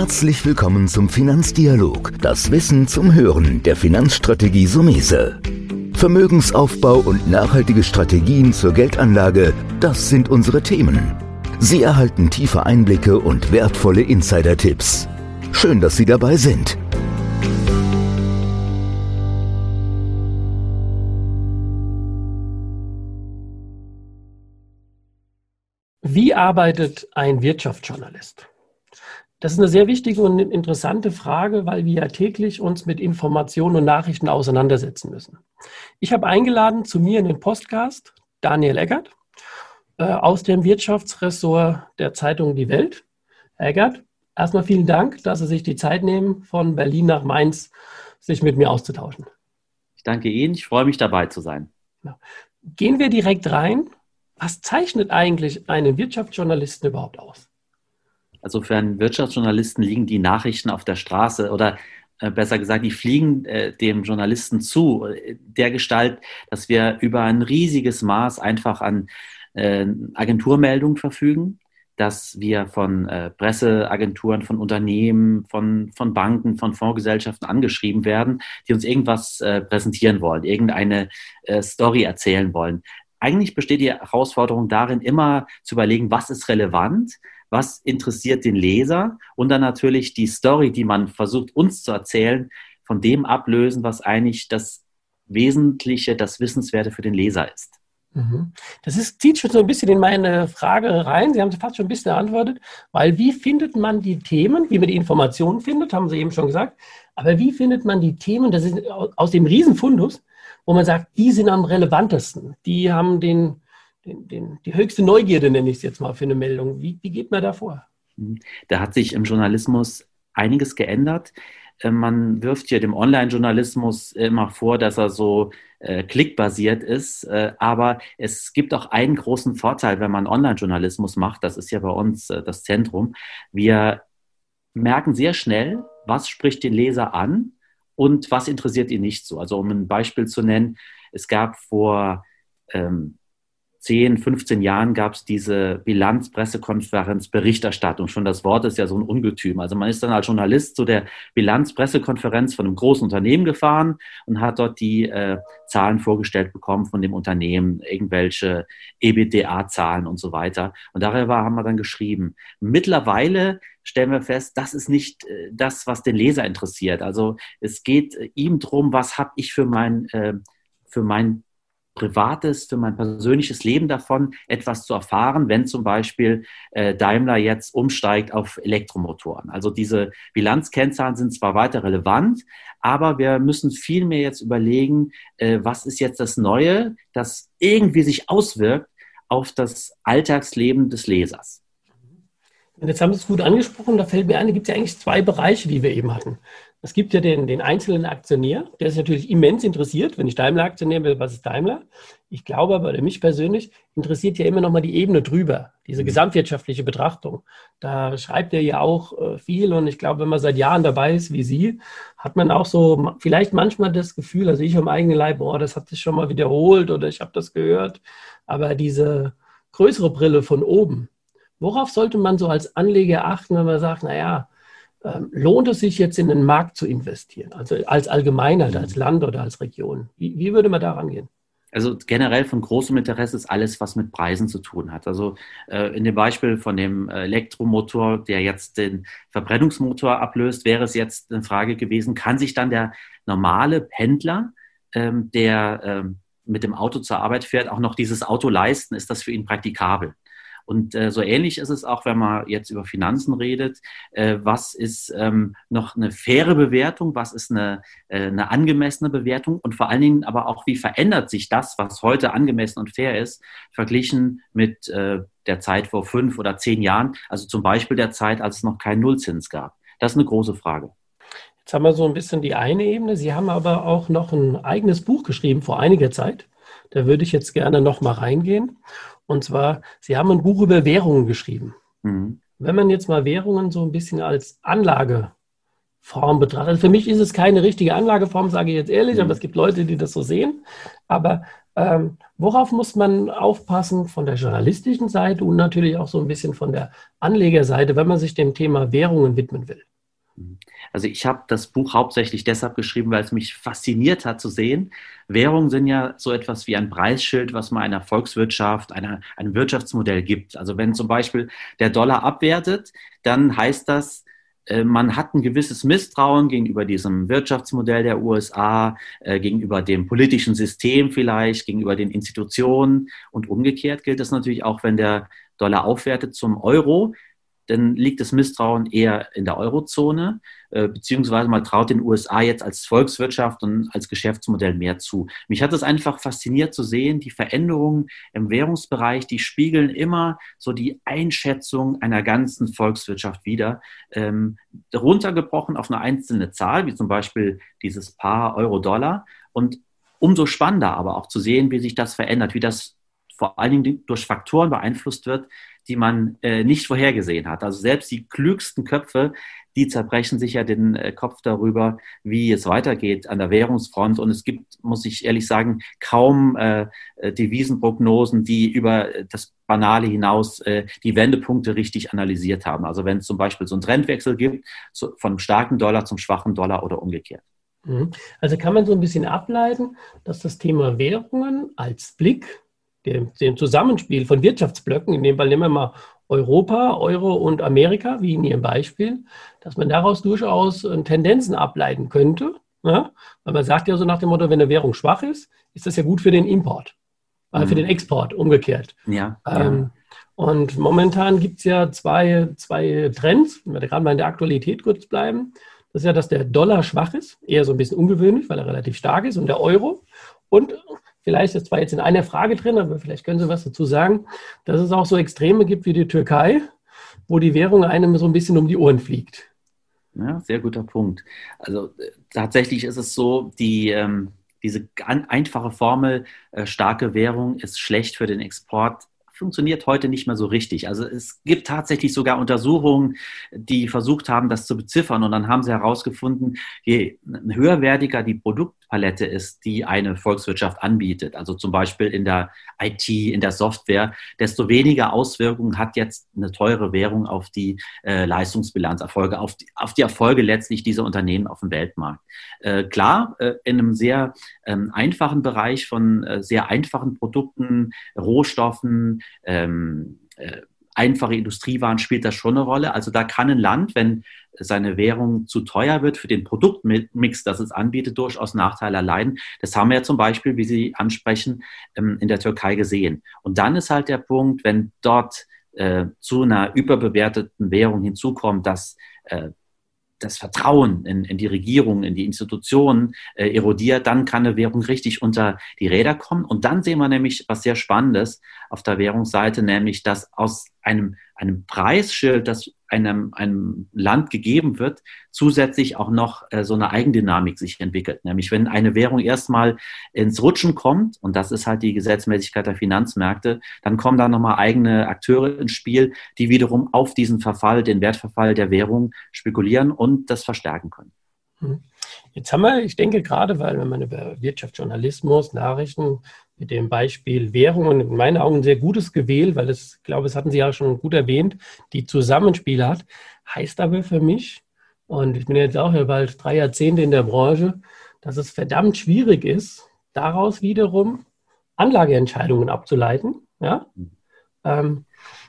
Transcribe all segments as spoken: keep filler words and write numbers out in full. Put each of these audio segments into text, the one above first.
Herzlich willkommen zum Finanzdialog, das Wissen zum Hören der Finanzstrategie Sumese. Vermögensaufbau und nachhaltige Strategien zur Geldanlage, das sind unsere Themen. Sie erhalten tiefe Einblicke und wertvolle Insider-Tipps. Schön, dass Sie dabei sind. Wie arbeitet ein Wirtschaftsjournalist? Das ist eine sehr wichtige und interessante Frage, weil wir ja täglich uns mit Informationen und Nachrichten auseinandersetzen müssen. Ich habe eingeladen zu mir in den Podcast Daniel Eggert äh, aus dem Wirtschaftsressort der Zeitung Die Welt. Herr Eggert, erstmal vielen Dank, dass Sie sich die Zeit nehmen, von Berlin nach Mainz sich mit mir auszutauschen. Ich danke Ihnen, ich freue mich dabei zu sein. Ja. Gehen wir direkt rein. Was zeichnet eigentlich einen Wirtschaftsjournalisten überhaupt aus? Also für einen Wirtschaftsjournalisten liegen die Nachrichten auf der Straße oder äh, besser gesagt, die fliegen äh, dem Journalisten zu, äh, der Gestalt, dass wir über ein riesiges Maß einfach an äh, Agenturmeldungen verfügen, dass wir von äh, Presseagenturen, von Unternehmen, von, von Banken, von Fondsgesellschaften angeschrieben werden, die uns irgendwas äh, präsentieren wollen, irgendeine äh, Story erzählen wollen. Eigentlich besteht die Herausforderung darin, immer zu überlegen, was ist relevant, was interessiert den Leser und dann natürlich die Story, die man versucht uns zu erzählen, von dem ablösen, was eigentlich das Wesentliche, das Wissenswerte für den Leser ist. Das ist, zieht schon so ein bisschen in meine Frage rein. Sie haben fast schon ein bisschen beantwortet, weil wie findet man die Themen, wie man die Informationen findet, haben Sie eben schon gesagt, aber wie findet man die Themen, das ist aus dem Riesenfundus, wo man sagt, die sind am relevantesten, die haben den Den, den, die höchste Neugierde, nenne ich es jetzt mal, für eine Meldung. Wie, wie geht man da vor? Da hat sich im Journalismus einiges geändert. Man wirft hier dem Online-Journalismus immer vor, dass er so äh, klickbasiert ist. Äh, aber es gibt auch einen großen Vorteil, wenn man Online-Journalismus macht. Das ist ja bei uns äh, das Zentrum. Wir merken sehr schnell, was spricht den Leser an und was interessiert ihn nicht so. Also um ein Beispiel zu nennen, es gab vor ähm, zehn, fünfzehn Jahren gab es diese Bilanz, Pressekonferenz, Berichterstattung. Schon das Wort ist ja so ein Ungetüm. Also man ist dann als Journalist zu der Bilanz, Pressekonferenz von einem großen Unternehmen gefahren und hat dort die äh, Zahlen vorgestellt bekommen von dem Unternehmen, irgendwelche E B D A-Zahlen und so weiter. Und darüber haben wir dann geschrieben. Mittlerweile stellen wir fest, das ist nicht äh, das, was den Leser interessiert. Also es geht äh, ihm drum, was habe ich für mein, äh, für mein Privates, für mein persönliches Leben davon, etwas zu erfahren, wenn zum Beispiel äh, Daimler jetzt umsteigt auf Elektromotoren. Also diese Bilanzkennzahlen sind zwar weiter relevant, aber wir müssen viel mehr jetzt überlegen, äh, was ist jetzt das Neue, das irgendwie sich auswirkt auf das Alltagsleben des Lesers. Jetzt haben Sie es gut angesprochen, da fällt mir ein, da gibt es ja eigentlich zwei Bereiche, die wir eben hatten. Es gibt ja den, den einzelnen Aktionär, der ist natürlich immens interessiert, wenn ich Daimler-Aktionär bin, was ist Daimler? Ich glaube aber, oder mich persönlich, interessiert ja immer noch mal die Ebene drüber, diese gesamtwirtschaftliche Betrachtung. Da schreibt er ja auch äh, viel und ich glaube, wenn man seit Jahren dabei ist, wie Sie, hat man auch so vielleicht manchmal das Gefühl, also ich am eigenen Leib, boah, das hat sich schon mal wiederholt oder ich habe das gehört, aber diese größere Brille von oben, worauf sollte man so als Anleger achten, wenn man sagt, naja, ähm, lohnt es sich jetzt in den Markt zu investieren? Also als Allgemeinheit, als Land oder als Region. Wie, wie würde man da rangehen? Also generell von großem Interesse ist alles, was mit Preisen zu tun hat. Also äh, in dem Beispiel von dem Elektromotor, der jetzt den Verbrennungsmotor ablöst, wäre es jetzt eine Frage gewesen, kann sich dann der normale Pendler, ähm, der ähm, mit dem Auto zur Arbeit fährt, auch noch dieses Auto leisten? Ist das für ihn praktikabel? Und äh, so ähnlich ist es auch, wenn man jetzt über Finanzen redet. Äh, was ist ähm, noch eine faire Bewertung? Was ist eine, äh, eine angemessene Bewertung? Und vor allen Dingen aber auch, wie verändert sich das, was heute angemessen und fair ist, verglichen mit äh, der Zeit vor fünf oder zehn Jahren? Also zum Beispiel der Zeit, als es noch keinen Nullzins gab. Das ist eine große Frage. Jetzt haben wir so ein bisschen die eine Ebene. Sie haben aber auch noch ein eigenes Buch geschrieben vor einiger Zeit. Da würde ich jetzt gerne noch mal reingehen. Und zwar, Sie haben ein Buch über Währungen geschrieben. Mhm. Wenn man jetzt mal Währungen so ein bisschen als Anlageform betrachtet, also für mich ist es keine richtige Anlageform, sage ich jetzt ehrlich, mhm. aber es gibt Leute, die das so sehen. Aber ähm, worauf muss man aufpassen von der journalistischen Seite und natürlich auch so ein bisschen von der Anlegerseite, wenn man sich dem Thema Währungen widmen will? Also ich habe das Buch hauptsächlich deshalb geschrieben, weil es mich fasziniert hat zu sehen. Währungen sind ja so etwas wie ein Preisschild, was man einer Volkswirtschaft, einer, einem Wirtschaftsmodell gibt. Also wenn zum Beispiel der Dollar abwertet, dann heißt das, man hat ein gewisses Misstrauen gegenüber diesem Wirtschaftsmodell der U S A, äh, gegenüber dem politischen System vielleicht, gegenüber den Institutionen. Und umgekehrt gilt das natürlich auch, wenn der Dollar aufwertet zum Euro, dann liegt das Misstrauen eher in der Eurozone, äh, beziehungsweise man traut den U S A jetzt als Volkswirtschaft und als Geschäftsmodell mehr zu. Mich hat es einfach fasziniert zu sehen, die Veränderungen im Währungsbereich, die spiegeln immer so die Einschätzung einer ganzen Volkswirtschaft wider, ähm, runtergebrochen auf eine einzelne Zahl, wie zum Beispiel dieses Paar Euro-Dollar. Und umso spannender aber auch zu sehen, wie sich das verändert, wie das vor allen Dingen durch Faktoren beeinflusst wird, die man äh, nicht vorhergesehen hat. Also selbst die klügsten Köpfe, die zerbrechen sich ja den äh, Kopf darüber, wie es weitergeht an der Währungsfront. Und es gibt, muss ich ehrlich sagen, kaum äh, Devisenprognosen, die über das Banale hinaus äh, die Wendepunkte richtig analysiert haben. Also wenn es zum Beispiel so einen Trendwechsel gibt, so vom starken Dollar zum schwachen Dollar oder umgekehrt. Also kann man so ein bisschen ableiten, dass das Thema Währungen als Blick, dem, dem Zusammenspiel von Wirtschaftsblöcken, in dem Fall nehmen wir mal Europa, Euro und Amerika, wie in Ihrem Beispiel, dass man daraus durchaus Tendenzen ableiten könnte. Ja? Weil man sagt ja so nach dem Motto, wenn eine Währung schwach ist, ist das ja gut für den Import, äh, mhm. für den Export, umgekehrt. Ja, ähm, ja. Und momentan gibt es ja zwei, zwei Trends, wenn wir gerade mal in der Aktualität kurz bleiben. Das ist ja, dass der Dollar schwach ist, eher so ein bisschen ungewöhnlich, weil er relativ stark ist, und der Euro. Und vielleicht ist zwar jetzt in einer Frage drin, aber vielleicht können Sie was dazu sagen, dass es auch so Extreme gibt wie die Türkei, wo die Währung einem so ein bisschen um die Ohren fliegt. Ja, sehr guter Punkt. Also äh, tatsächlich ist es so, die, ähm, diese an, einfache Formel, äh, starke Währung ist schlecht für den Export, funktioniert heute nicht mehr so richtig. Also es gibt tatsächlich sogar Untersuchungen, die versucht haben, das zu beziffern, und dann haben sie herausgefunden, je höherwertiger die Produktpalette ist, die eine Volkswirtschaft anbietet, also zum Beispiel in der I T, in der Software, desto weniger Auswirkungen hat jetzt eine teure Währung auf die äh, Leistungsbilanzerfolge, auf die, auf die Erfolge letztlich dieser Unternehmen auf dem Weltmarkt. Äh, klar, äh, in einem sehr ähm, einfachen Bereich von äh, sehr einfachen Produkten, Rohstoffen, Ähm, äh, einfache Industriewaren spielt das schon eine Rolle. Also da kann ein Land, wenn seine Währung zu teuer wird für den Produktmix, das es anbietet, durchaus Nachteile erleiden. Das haben wir ja zum Beispiel, wie Sie ansprechen, ähm, in der Türkei gesehen. Und dann ist halt der Punkt, wenn dort äh, zu einer überbewerteten Währung hinzukommt, dass äh, das Vertrauen in, in die Regierung, in die Institutionen äh, erodiert, dann kann eine Währung richtig unter die Räder kommen. Und dann sehen wir nämlich was sehr Spannendes auf der Währungsseite, nämlich dass aus einem, einem Preisschild, das einem, einem Land gegeben wird, zusätzlich auch noch äh, so eine Eigendynamik sich entwickelt. Nämlich wenn eine Währung erstmal ins Rutschen kommt, und das ist halt die Gesetzmäßigkeit der Finanzmärkte, dann kommen da nochmal eigene Akteure ins Spiel, die wiederum auf diesen Verfall, den Wertverfall der Währung spekulieren und das verstärken können. Jetzt haben wir, ich denke gerade, weil wenn man über Wirtschaftsjournalismus, Nachrichten mit dem Beispiel Währungen in meinen Augen ein sehr gutes gewählt, weil es, ich glaube, das hatten Sie ja schon gut erwähnt, die Zusammenspiele hat, heißt aber für mich, und ich bin jetzt auch ja bald drei Jahrzehnte in der Branche, dass es verdammt schwierig ist, daraus wiederum Anlageentscheidungen abzuleiten. Ja? Ähm,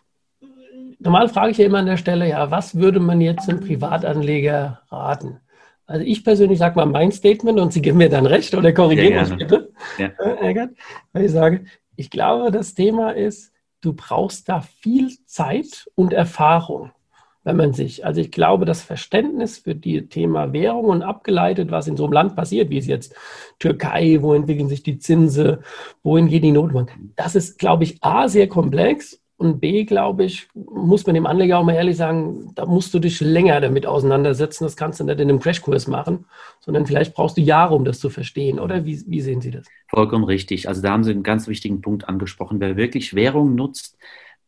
normal frage ich ja immer an der Stelle, ja, was würde man jetzt einem Privatanleger raten? Also ich persönlich sage mal mein Statement, und Sie geben mir dann recht oder korrigieren mich bitte, ja. Eggert, weil ich sage, ich glaube, das Thema ist, du brauchst da viel Zeit und Erfahrung, wenn man sich, also ich glaube, das Verständnis für die Thema Währung und abgeleitet, was in so einem Land passiert, wie es jetzt Türkei, wo entwickeln sich die Zinsen, wohin geht die Notenbank, das ist, glaube ich, A, sehr komplex. Und B, glaube ich, muss man dem Anleger auch mal ehrlich sagen, da musst du dich länger damit auseinandersetzen. Das kannst du nicht in einem Crashkurs machen, sondern vielleicht brauchst du Jahre, um das zu verstehen. Oder wie, wie sehen Sie das? Vollkommen richtig. Also da haben Sie einen ganz wichtigen Punkt angesprochen. Wer wirklich Währung nutzt,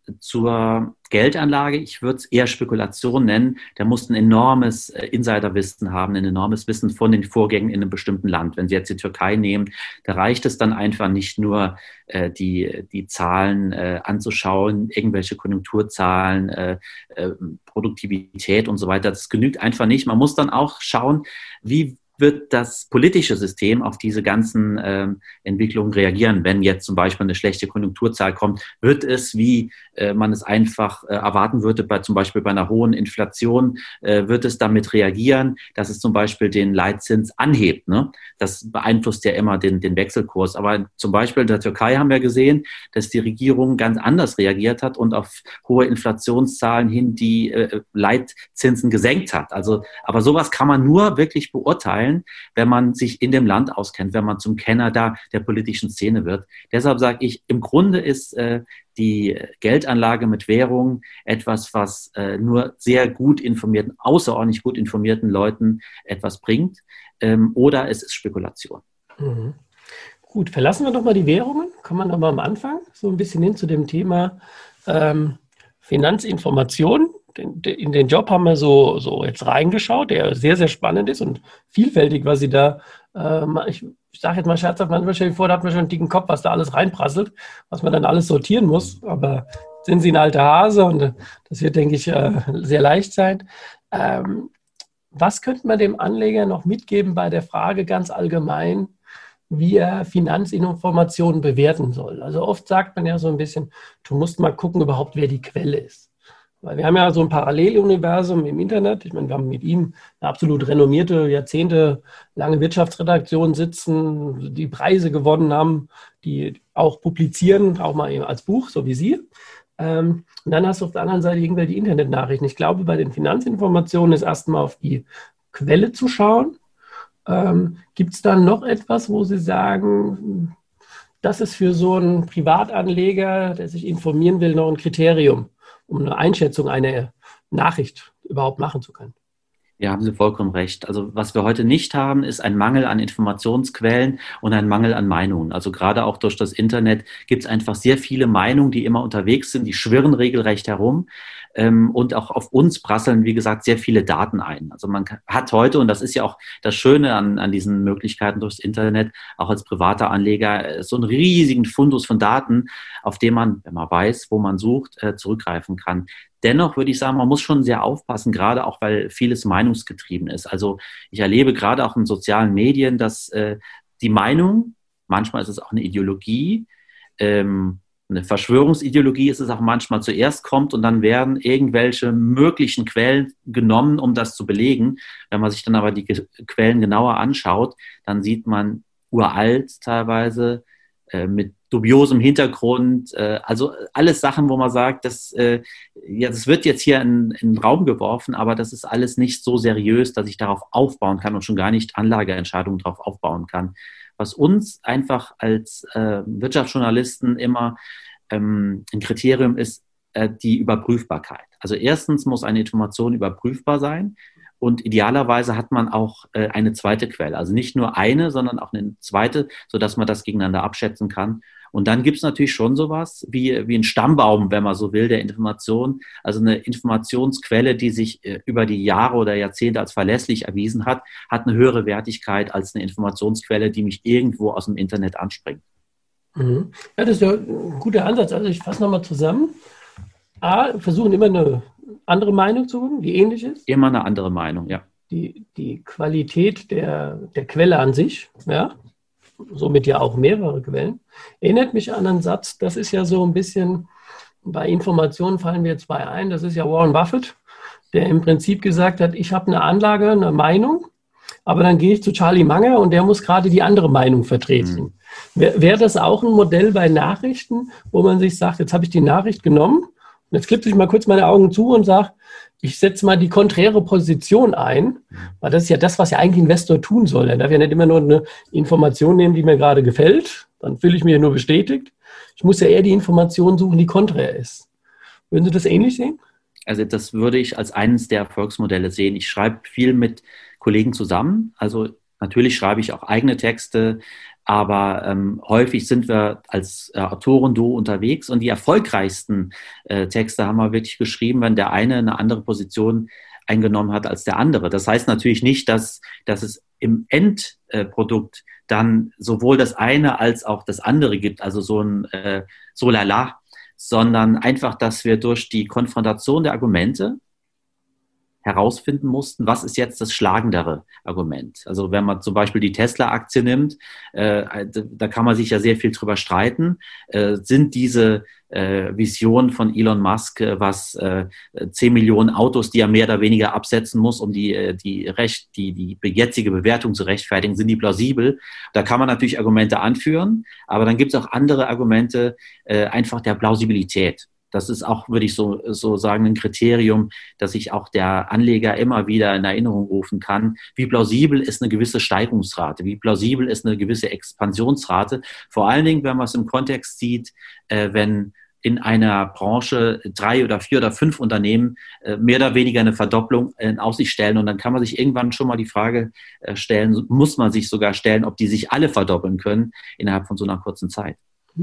zur Geldanlage, ich würde es eher Spekulation nennen, der muss ein enormes Insiderwissen haben, ein enormes Wissen von den Vorgängen in einem bestimmten Land. Wenn Sie jetzt die Türkei nehmen, da reicht es dann einfach nicht nur, äh, die, die Zahlen äh, anzuschauen, irgendwelche Konjunkturzahlen, äh, äh, Produktivität und so weiter. Das genügt einfach nicht. Man muss dann auch schauen, wie wird das politische System auf diese ganzen ähm, Entwicklungen reagieren. Wenn jetzt zum Beispiel eine schlechte Konjunkturzahl kommt, wird es, wie äh, man es einfach äh, erwarten würde, bei, zum Beispiel bei einer hohen Inflation, äh, wird es damit reagieren, dass es zum Beispiel den Leitzins anhebt. Ne? Das beeinflusst ja immer den, den Wechselkurs. Aber zum Beispiel in der Türkei haben wir gesehen, dass die Regierung ganz anders reagiert hat und auf hohe Inflationszahlen hin die äh, Leitzinsen gesenkt hat. Also, aber sowas kann man nur wirklich beurteilen, wenn man sich in dem Land auskennt, wenn man zum Kenner da der politischen Szene wird. Deshalb sage ich, im Grunde ist äh, die Geldanlage mit Währung etwas, was äh, nur sehr gut informierten, außerordentlich gut informierten Leuten etwas bringt, ähm, oder es ist Spekulation. Mhm. Gut, verlassen wir doch mal die Währungen. Kommen wir noch mal am Anfang so ein bisschen hin zu dem Thema ähm, Finanzinformation. In den Job haben wir so, so jetzt reingeschaut, der sehr, sehr spannend ist und vielfältig, was Sie da, ähm, ich, ich sage jetzt mal scherzhaft, manchmal stelle ich vor, da hat man schon einen dicken Kopf, was da alles reinprasselt, was man dann alles sortieren muss. Aber sind Sie ein alter Hase und das wird, denke ich, äh, sehr leicht sein. Ähm, was könnte man dem Anleger noch mitgeben bei der Frage ganz allgemein, wie er Finanzinformationen bewerten soll? Also oft sagt man ja so ein bisschen, du musst mal gucken überhaupt, wer die Quelle ist. Weil wir haben ja so ein Paralleluniversum im Internet. Ich meine, wir haben mit ihm eine absolut renommierte, jahrzehntelange Wirtschaftsredaktion sitzen, die Preise gewonnen haben, die auch publizieren, auch mal als Buch, so wie Sie. Und dann hast du auf der anderen Seite irgendwelche Internetnachrichten. Ich glaube, bei den Finanzinformationen ist erstmal auf die Quelle zu schauen. Ähm, gibt es dann noch etwas, wo Sie sagen, das ist für so einen Privatanleger, der sich informieren will, noch ein Kriterium, um eine Einschätzung einer Nachricht überhaupt machen zu können? Ja, haben Sie vollkommen recht. Also was wir heute nicht haben, ist ein Mangel an Informationsquellen und ein Mangel an Meinungen. Also gerade auch durch das Internet gibt es einfach sehr viele Meinungen, die immer unterwegs sind, die schwirren regelrecht herum. Ähm, und auch auf uns prasseln, wie gesagt, sehr viele Daten ein. Also man hat heute, und das ist ja auch das Schöne an, an diesen Möglichkeiten durchs Internet, auch als privater Anleger, so einen riesigen Fundus von Daten, auf den man, wenn man weiß, wo man sucht, äh, zurückgreifen kann. Dennoch würde ich sagen, man muss schon sehr aufpassen, gerade auch, weil vieles meinungsgetrieben ist. Also ich erlebe gerade auch in sozialen Medien, dass äh, die Meinung, manchmal ist es auch eine Ideologie, ähm, eine Verschwörungsideologie ist es auch manchmal, zuerst kommt und dann werden irgendwelche möglichen Quellen genommen, um das zu belegen. Wenn man sich dann aber die Quellen genauer anschaut, dann sieht man uralt teilweise, äh, mit dubiosem Hintergrund, äh, also alles Sachen, wo man sagt, das, äh, ja, das wird jetzt hier in, in den Raum geworfen, aber das ist alles nicht so seriös, dass ich darauf aufbauen kann und schon gar nicht Anlageentscheidungen darauf aufbauen kann. Was uns einfach als äh, Wirtschaftsjournalisten immer ähm, ein Kriterium ist, äh, die Überprüfbarkeit. Also erstens muss eine Information überprüfbar sein und idealerweise hat man auch äh, eine zweite Quelle. Also nicht nur eine, sondern auch eine zweite, sodass man das gegeneinander abschätzen kann. Und dann gibt es natürlich schon sowas wie, wie ein Stammbaum, wenn man so will, der Information. Also eine Informationsquelle, die sich äh, über die Jahre oder Jahrzehnte als verlässlich erwiesen hat, hat eine höhere Wertigkeit als eine Informationsquelle, die mich irgendwo aus dem Internet anspringt. Mhm. Ja, das ist ja ein guter Ansatz. Also ich fasse nochmal zusammen. A, versuchen immer eine andere Meinung zu holen, die ähnlich ist. Immer eine andere Meinung, ja. Die, die Qualität der, der Quelle an sich, ja, somit ja auch mehrere Quellen. Erinnert mich an einen Satz, das ist ja so ein bisschen, bei Informationen fallen mir zwei ein, das ist ja Warren Buffett, der im Prinzip gesagt hat, ich habe eine Anlage, eine Meinung, aber dann gehe ich zu Charlie Munger und der muss gerade die andere Meinung vertreten. Mhm. Wäre wär das auch ein Modell bei Nachrichten, wo man sich sagt, jetzt habe ich die Nachricht genommen und jetzt klipse ich mal kurz meine Augen zu und sage, ich setze mal die konträre Position ein, weil das ist ja das, was ja eigentlich ein Investor tun soll. Er darf ja nicht immer nur eine Information nehmen, die mir gerade gefällt, dann fühle ich mich ja nur bestätigt. Ich muss ja eher die Information suchen, die konträr ist. Würden Sie das ähnlich sehen? Also das würde ich als eines der Erfolgsmodelle sehen. Ich schreibe viel mit Kollegen zusammen, also natürlich schreibe ich auch eigene Texte, Aber ähm, häufig sind wir als äh, Autoren-Duo unterwegs und die erfolgreichsten äh, Texte haben wir wirklich geschrieben, wenn der eine eine andere Position eingenommen hat als der andere. Das heißt natürlich nicht, dass, dass es im Endprodukt äh, dann sowohl das eine als auch das andere gibt, also so ein äh, so lala, sondern einfach, dass wir durch die Konfrontation der Argumente herausfinden mussten, was ist jetzt das schlagendere Argument. Also wenn man zum Beispiel die Tesla-Aktie nimmt, äh, da kann man sich ja sehr viel drüber streiten. Äh, sind diese äh, Visionen von Elon Musk, äh, was äh, zehn Millionen Autos, die er mehr oder weniger absetzen muss, um die, die, Recht, die, die jetzige Bewertung zu rechtfertigen, sind die plausibel? Da kann man natürlich Argumente anführen, aber dann gibt es auch andere Argumente, äh, einfach der Plausibilität. Das ist auch, würde ich so, so sagen, ein Kriterium, dass sich auch der Anleger immer wieder in Erinnerung rufen kann. Wie plausibel ist eine gewisse Steigungsrate? Wie plausibel ist eine gewisse Expansionsrate? Vor allen Dingen, wenn man es im Kontext sieht, äh, wenn in einer Branche drei oder vier oder fünf Unternehmen äh, mehr oder weniger eine Verdopplung in Aussicht stellen. Und dann kann man sich irgendwann schon mal die Frage äh, stellen, muss man sich sogar stellen, ob die sich alle verdoppeln können innerhalb von so einer kurzen Zeit.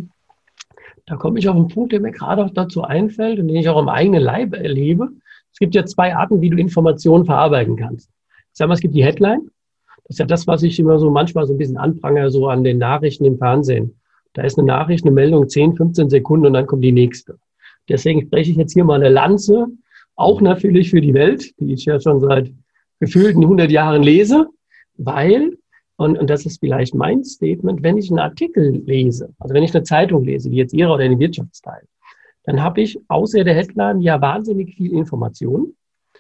Da komme ich auf einen Punkt, der mir gerade auch dazu einfällt und den ich auch im eigenen Leib erlebe. Es gibt ja zwei Arten, wie du Informationen verarbeiten kannst. Ich sage mal, es gibt die Headline. Das ist ja das, was ich immer so manchmal so ein bisschen anprangere, so an den Nachrichten im Fernsehen. Da ist eine Nachricht, eine Meldung, zehn, fünfzehn Sekunden und dann kommt die nächste. Deswegen spreche ich jetzt hier mal eine Lanze, auch natürlich für die Welt, die ich ja schon seit gefühlten hundert Jahren lese, weil... Und, und das ist vielleicht mein Statement, wenn ich einen Artikel lese, also wenn ich eine Zeitung lese, wie jetzt Ihre oder den Wirtschaftsteil, dann habe ich außer der Headline ja wahnsinnig viel Information,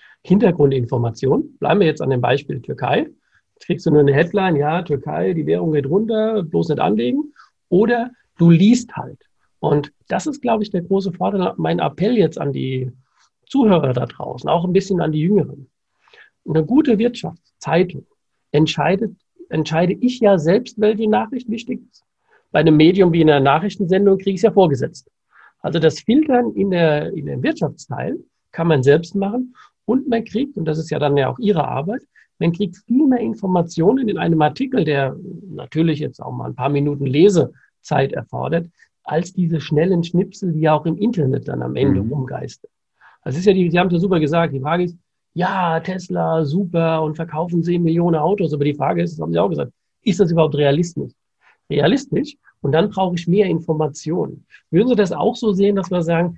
Hintergrundinformation. Bleiben wir jetzt an dem Beispiel Türkei. Jetzt kriegst du nur eine Headline, ja, Türkei, die Währung geht runter, bloß nicht anlegen. Oder du liest halt. Und das ist, glaube ich, der große Vorteil, mein Appell jetzt an die Zuhörer da draußen, auch ein bisschen an die Jüngeren. Eine gute Wirtschaftszeitung entscheidet entscheide ich ja selbst, welche Nachricht wichtig ist. Bei einem Medium wie in einer Nachrichtensendung kriege ich es ja vorgesetzt. Also das Filtern in der, in dem Wirtschaftsteil kann man selbst machen und man kriegt, und das ist ja dann ja auch Ihre Arbeit, man kriegt viel mehr Informationen in einem Artikel, der natürlich jetzt auch mal ein paar Minuten Lesezeit erfordert, als diese schnellen Schnipsel, die ja auch im Internet dann am Ende mhm. rumgeistern. Das ist ja die, Sie haben es ja super gesagt, die Frage ist, ja, Tesla, super und verkaufen zehn Millionen Autos. Aber die Frage ist, das haben Sie auch gesagt, ist das überhaupt realistisch? Realistisch? Und dann brauche ich mehr Informationen. Würden Sie das auch so sehen, dass wir sagen,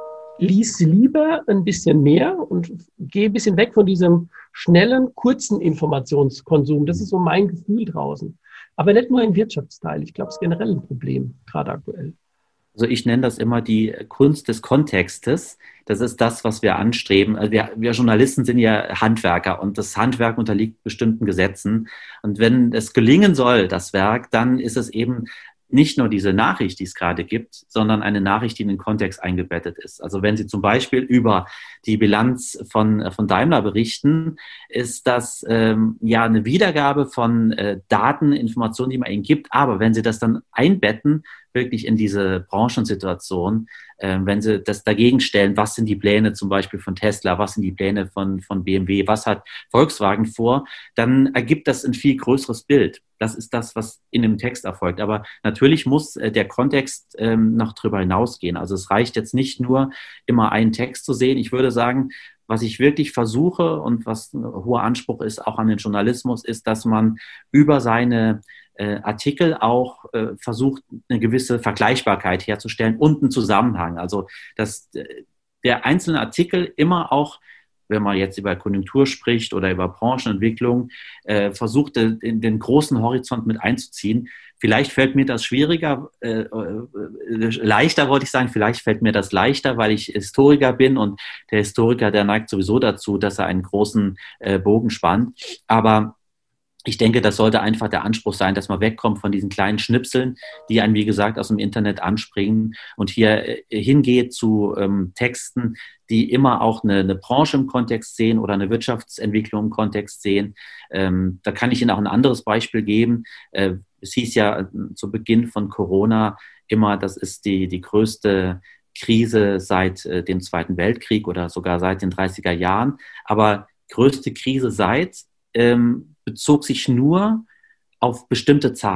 lies lieber ein bisschen mehr und geh ein bisschen weg von diesem schnellen, kurzen Informationskonsum. Das ist so mein Gefühl draußen. Aber nicht nur im Wirtschaftsteil. Ich glaube, es ist generell ein Problem, gerade aktuell. Also ich nenne das immer die Kunst des Kontextes. Das ist das, was wir anstreben. Also wir, wir Journalisten sind ja Handwerker und das Handwerk unterliegt bestimmten Gesetzen. Und wenn es gelingen soll, das Werk, dann ist es eben nicht nur diese Nachricht, die es gerade gibt, sondern eine Nachricht, die in den Kontext eingebettet ist. Also wenn Sie zum Beispiel über die Bilanz von, von Daimler berichten, ist das ähm, ja eine Wiedergabe von äh, Daten, Informationen, die man Ihnen gibt. Aber wenn Sie das dann einbetten, wirklich in diese Branchensituation, äh, wenn Sie das dagegen stellen, was sind die Pläne zum Beispiel von Tesla, was sind die Pläne von, von B M W, was hat Volkswagen vor, dann ergibt das ein viel größeres Bild. Das ist das, was in dem Text erfolgt. Aber natürlich muss äh, der Kontext ähm, noch drüber hinausgehen. Also es reicht jetzt nicht nur, immer einen Text zu sehen. Ich würde sagen, was ich wirklich versuche und was ein hoher Anspruch ist, auch an den Journalismus, ist, dass man über seine äh, Artikel auch äh, versucht, eine gewisse Vergleichbarkeit herzustellen und einen Zusammenhang. Also, dass äh, der einzelne Artikel immer auch, wenn man jetzt über Konjunktur spricht oder über Branchenentwicklung, äh, versucht, den, den großen Horizont mit einzuziehen. Vielleicht fällt mir das schwieriger, äh, äh, leichter wollte ich sagen, vielleicht fällt mir das leichter, weil ich Historiker bin und der Historiker, der neigt sowieso dazu, dass er einen großen äh, Bogen spannt. Aber ich denke, das sollte einfach der Anspruch sein, dass man wegkommt von diesen kleinen Schnipseln, die einen, wie gesagt, aus dem Internet anspringen und hier äh, hingeht zu ähm, Texten, die immer auch eine, eine Branche im Kontext sehen oder eine Wirtschaftsentwicklung im Kontext sehen. Ähm, da kann ich Ihnen auch ein anderes Beispiel geben. Äh, es hieß ja äh, zu Beginn von Corona immer, das ist die, die größte Krise seit äh, dem Zweiten Weltkrieg oder sogar seit den dreißiger Jahren. Aber größte Krise seit ähm, bezog sich nur auf bestimmte Zahlen.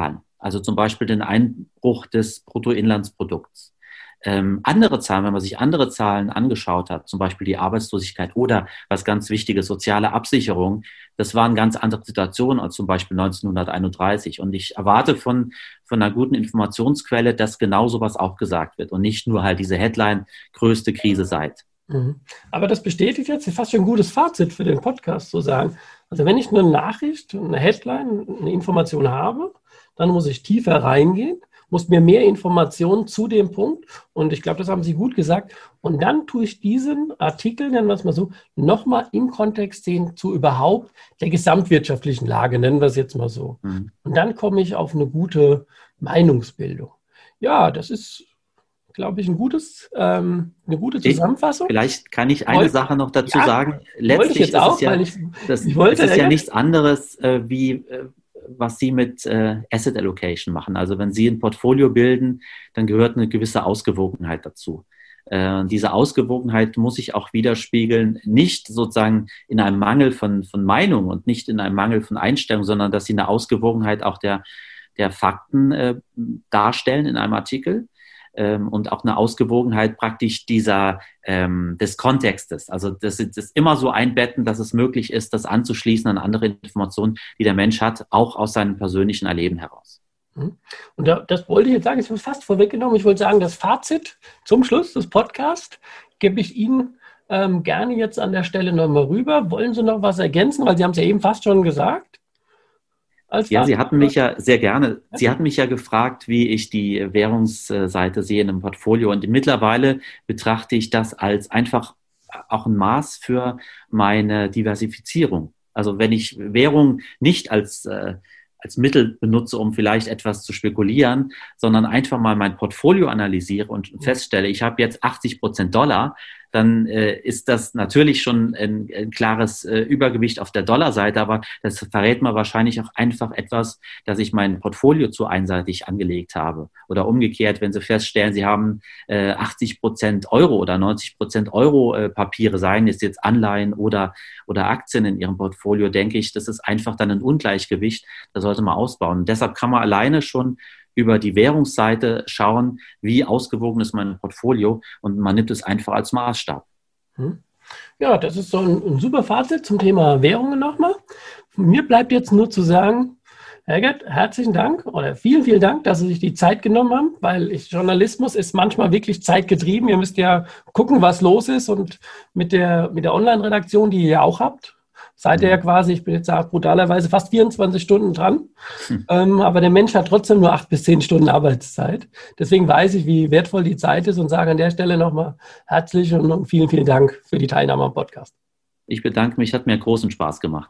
Also zum Beispiel den Einbruch des Bruttoinlandsprodukts. Ähm, andere Zahlen, wenn man sich andere Zahlen angeschaut hat, zum Beispiel die Arbeitslosigkeit oder was ganz Wichtiges, soziale Absicherung, das waren ganz andere Situationen als zum Beispiel neunzehnhunderteinunddreißig. Und ich erwarte von, von einer guten Informationsquelle, dass genau sowas auch gesagt wird und nicht nur halt diese Headline, größte Krise seit. Mhm. Aber das bestätigt jetzt fast schon ein gutes Fazit für den Podcast zu sagen. Also wenn ich eine Nachricht, eine Headline, eine Information habe, dann muss ich tiefer reingehen, muss mir mehr Informationen zu dem Punkt, und ich glaube, das haben Sie gut gesagt, und dann tue ich diesen Artikel, nennen wir es mal so, nochmal im Kontext sehen zu überhaupt der gesamtwirtschaftlichen Lage, nennen wir es jetzt mal so. Mhm. Und dann komme ich auf eine gute Meinungsbildung. Ja, das ist, glaube ich, ein gutes, ähm, eine gute Zusammenfassung. Ich, vielleicht kann ich eine wollte, Sache noch dazu ja, sagen. Letztlich ich jetzt auch, ist es ja, ich, das, ich wollte, es ist ja, ja nichts anderes äh, wie äh, was Sie mit äh, Asset Allocation machen. Also wenn Sie ein Portfolio bilden, dann gehört eine gewisse Ausgewogenheit dazu. Äh, diese Ausgewogenheit muss sich auch widerspiegeln, nicht sozusagen in einem Mangel von, von Meinung und nicht in einem Mangel von Einstellung, sondern dass Sie eine Ausgewogenheit auch der, der Fakten äh, darstellen in einem Artikel. Ähm, und auch eine Ausgewogenheit praktisch dieser, ähm, des Kontextes. Also das, das immer so einbetten, dass es möglich ist, das anzuschließen an andere Informationen, die der Mensch hat, auch aus seinem persönlichen Erleben heraus. Und das wollte ich jetzt sagen, ich habe es fast vorweggenommen. Ich wollte sagen, das Fazit zum Schluss des Podcasts gebe ich Ihnen ähm, gerne jetzt an der Stelle nochmal rüber. Wollen Sie noch was ergänzen? Weil Sie haben es ja eben fast schon gesagt. Ja, Sie hatten mich ja sehr gerne, Sie hatten mich ja gefragt, wie ich die Währungsseite sehe in einem Portfolio. Und mittlerweile betrachte ich das als einfach auch ein Maß für meine Diversifizierung. Also wenn ich Währung nicht als, äh, als Mittel benutze, um vielleicht etwas zu spekulieren, sondern einfach mal mein Portfolio analysiere und feststelle, ich habe jetzt achtzig Prozent Dollar, dann äh, ist das natürlich schon ein, ein klares äh, Übergewicht auf der Dollarseite, aber das verrät mir wahrscheinlich auch einfach etwas, dass ich mein Portfolio zu einseitig angelegt habe. Oder umgekehrt, wenn Sie feststellen, Sie haben äh, achtzig Prozent Euro oder neunzig Prozent Euro äh, Papiere, seien es jetzt Anleihen oder, oder Aktien in Ihrem Portfolio, denke ich, das ist einfach dann ein Ungleichgewicht, das sollte man ausbauen. Und deshalb kann man alleine schon über die Währungsseite schauen, wie ausgewogen ist mein Portfolio, und man nimmt es einfach als Maßstab. Ja, das ist so ein, ein super Fazit zum Thema Währungen nochmal. Mir bleibt jetzt nur zu sagen, Herr Eggert, herzlichen Dank oder vielen, vielen Dank, dass Sie sich die Zeit genommen haben, weil ich, Journalismus ist manchmal wirklich zeitgetrieben. Ihr müsst ja gucken, was los ist, und mit der, mit der Online-Redaktion, die ihr ja auch habt, seid ihr ja quasi, ich bin jetzt auch brutalerweise fast vierundzwanzig Stunden dran, hm. ähm, aber der Mensch hat trotzdem nur acht bis zehn Stunden Arbeitszeit. Deswegen weiß ich, wie wertvoll die Zeit ist, und sage an der Stelle nochmal herzlich und vielen, vielen Dank für die Teilnahme am Podcast. Ich bedanke mich, hat mir großen Spaß gemacht.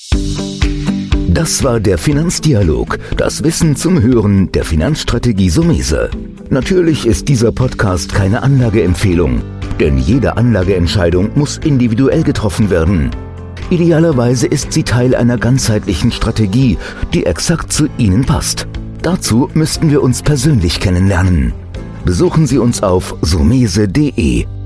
Das war der Finanzdialog, das Wissen zum Hören der Finanzstrategie Sumese. Natürlich ist dieser Podcast keine Anlageempfehlung, denn jede Anlageentscheidung muss individuell getroffen werden. Idealerweise ist sie Teil einer ganzheitlichen Strategie, die exakt zu Ihnen passt. Dazu müssten wir uns persönlich kennenlernen. Besuchen Sie uns auf sumese punkt de.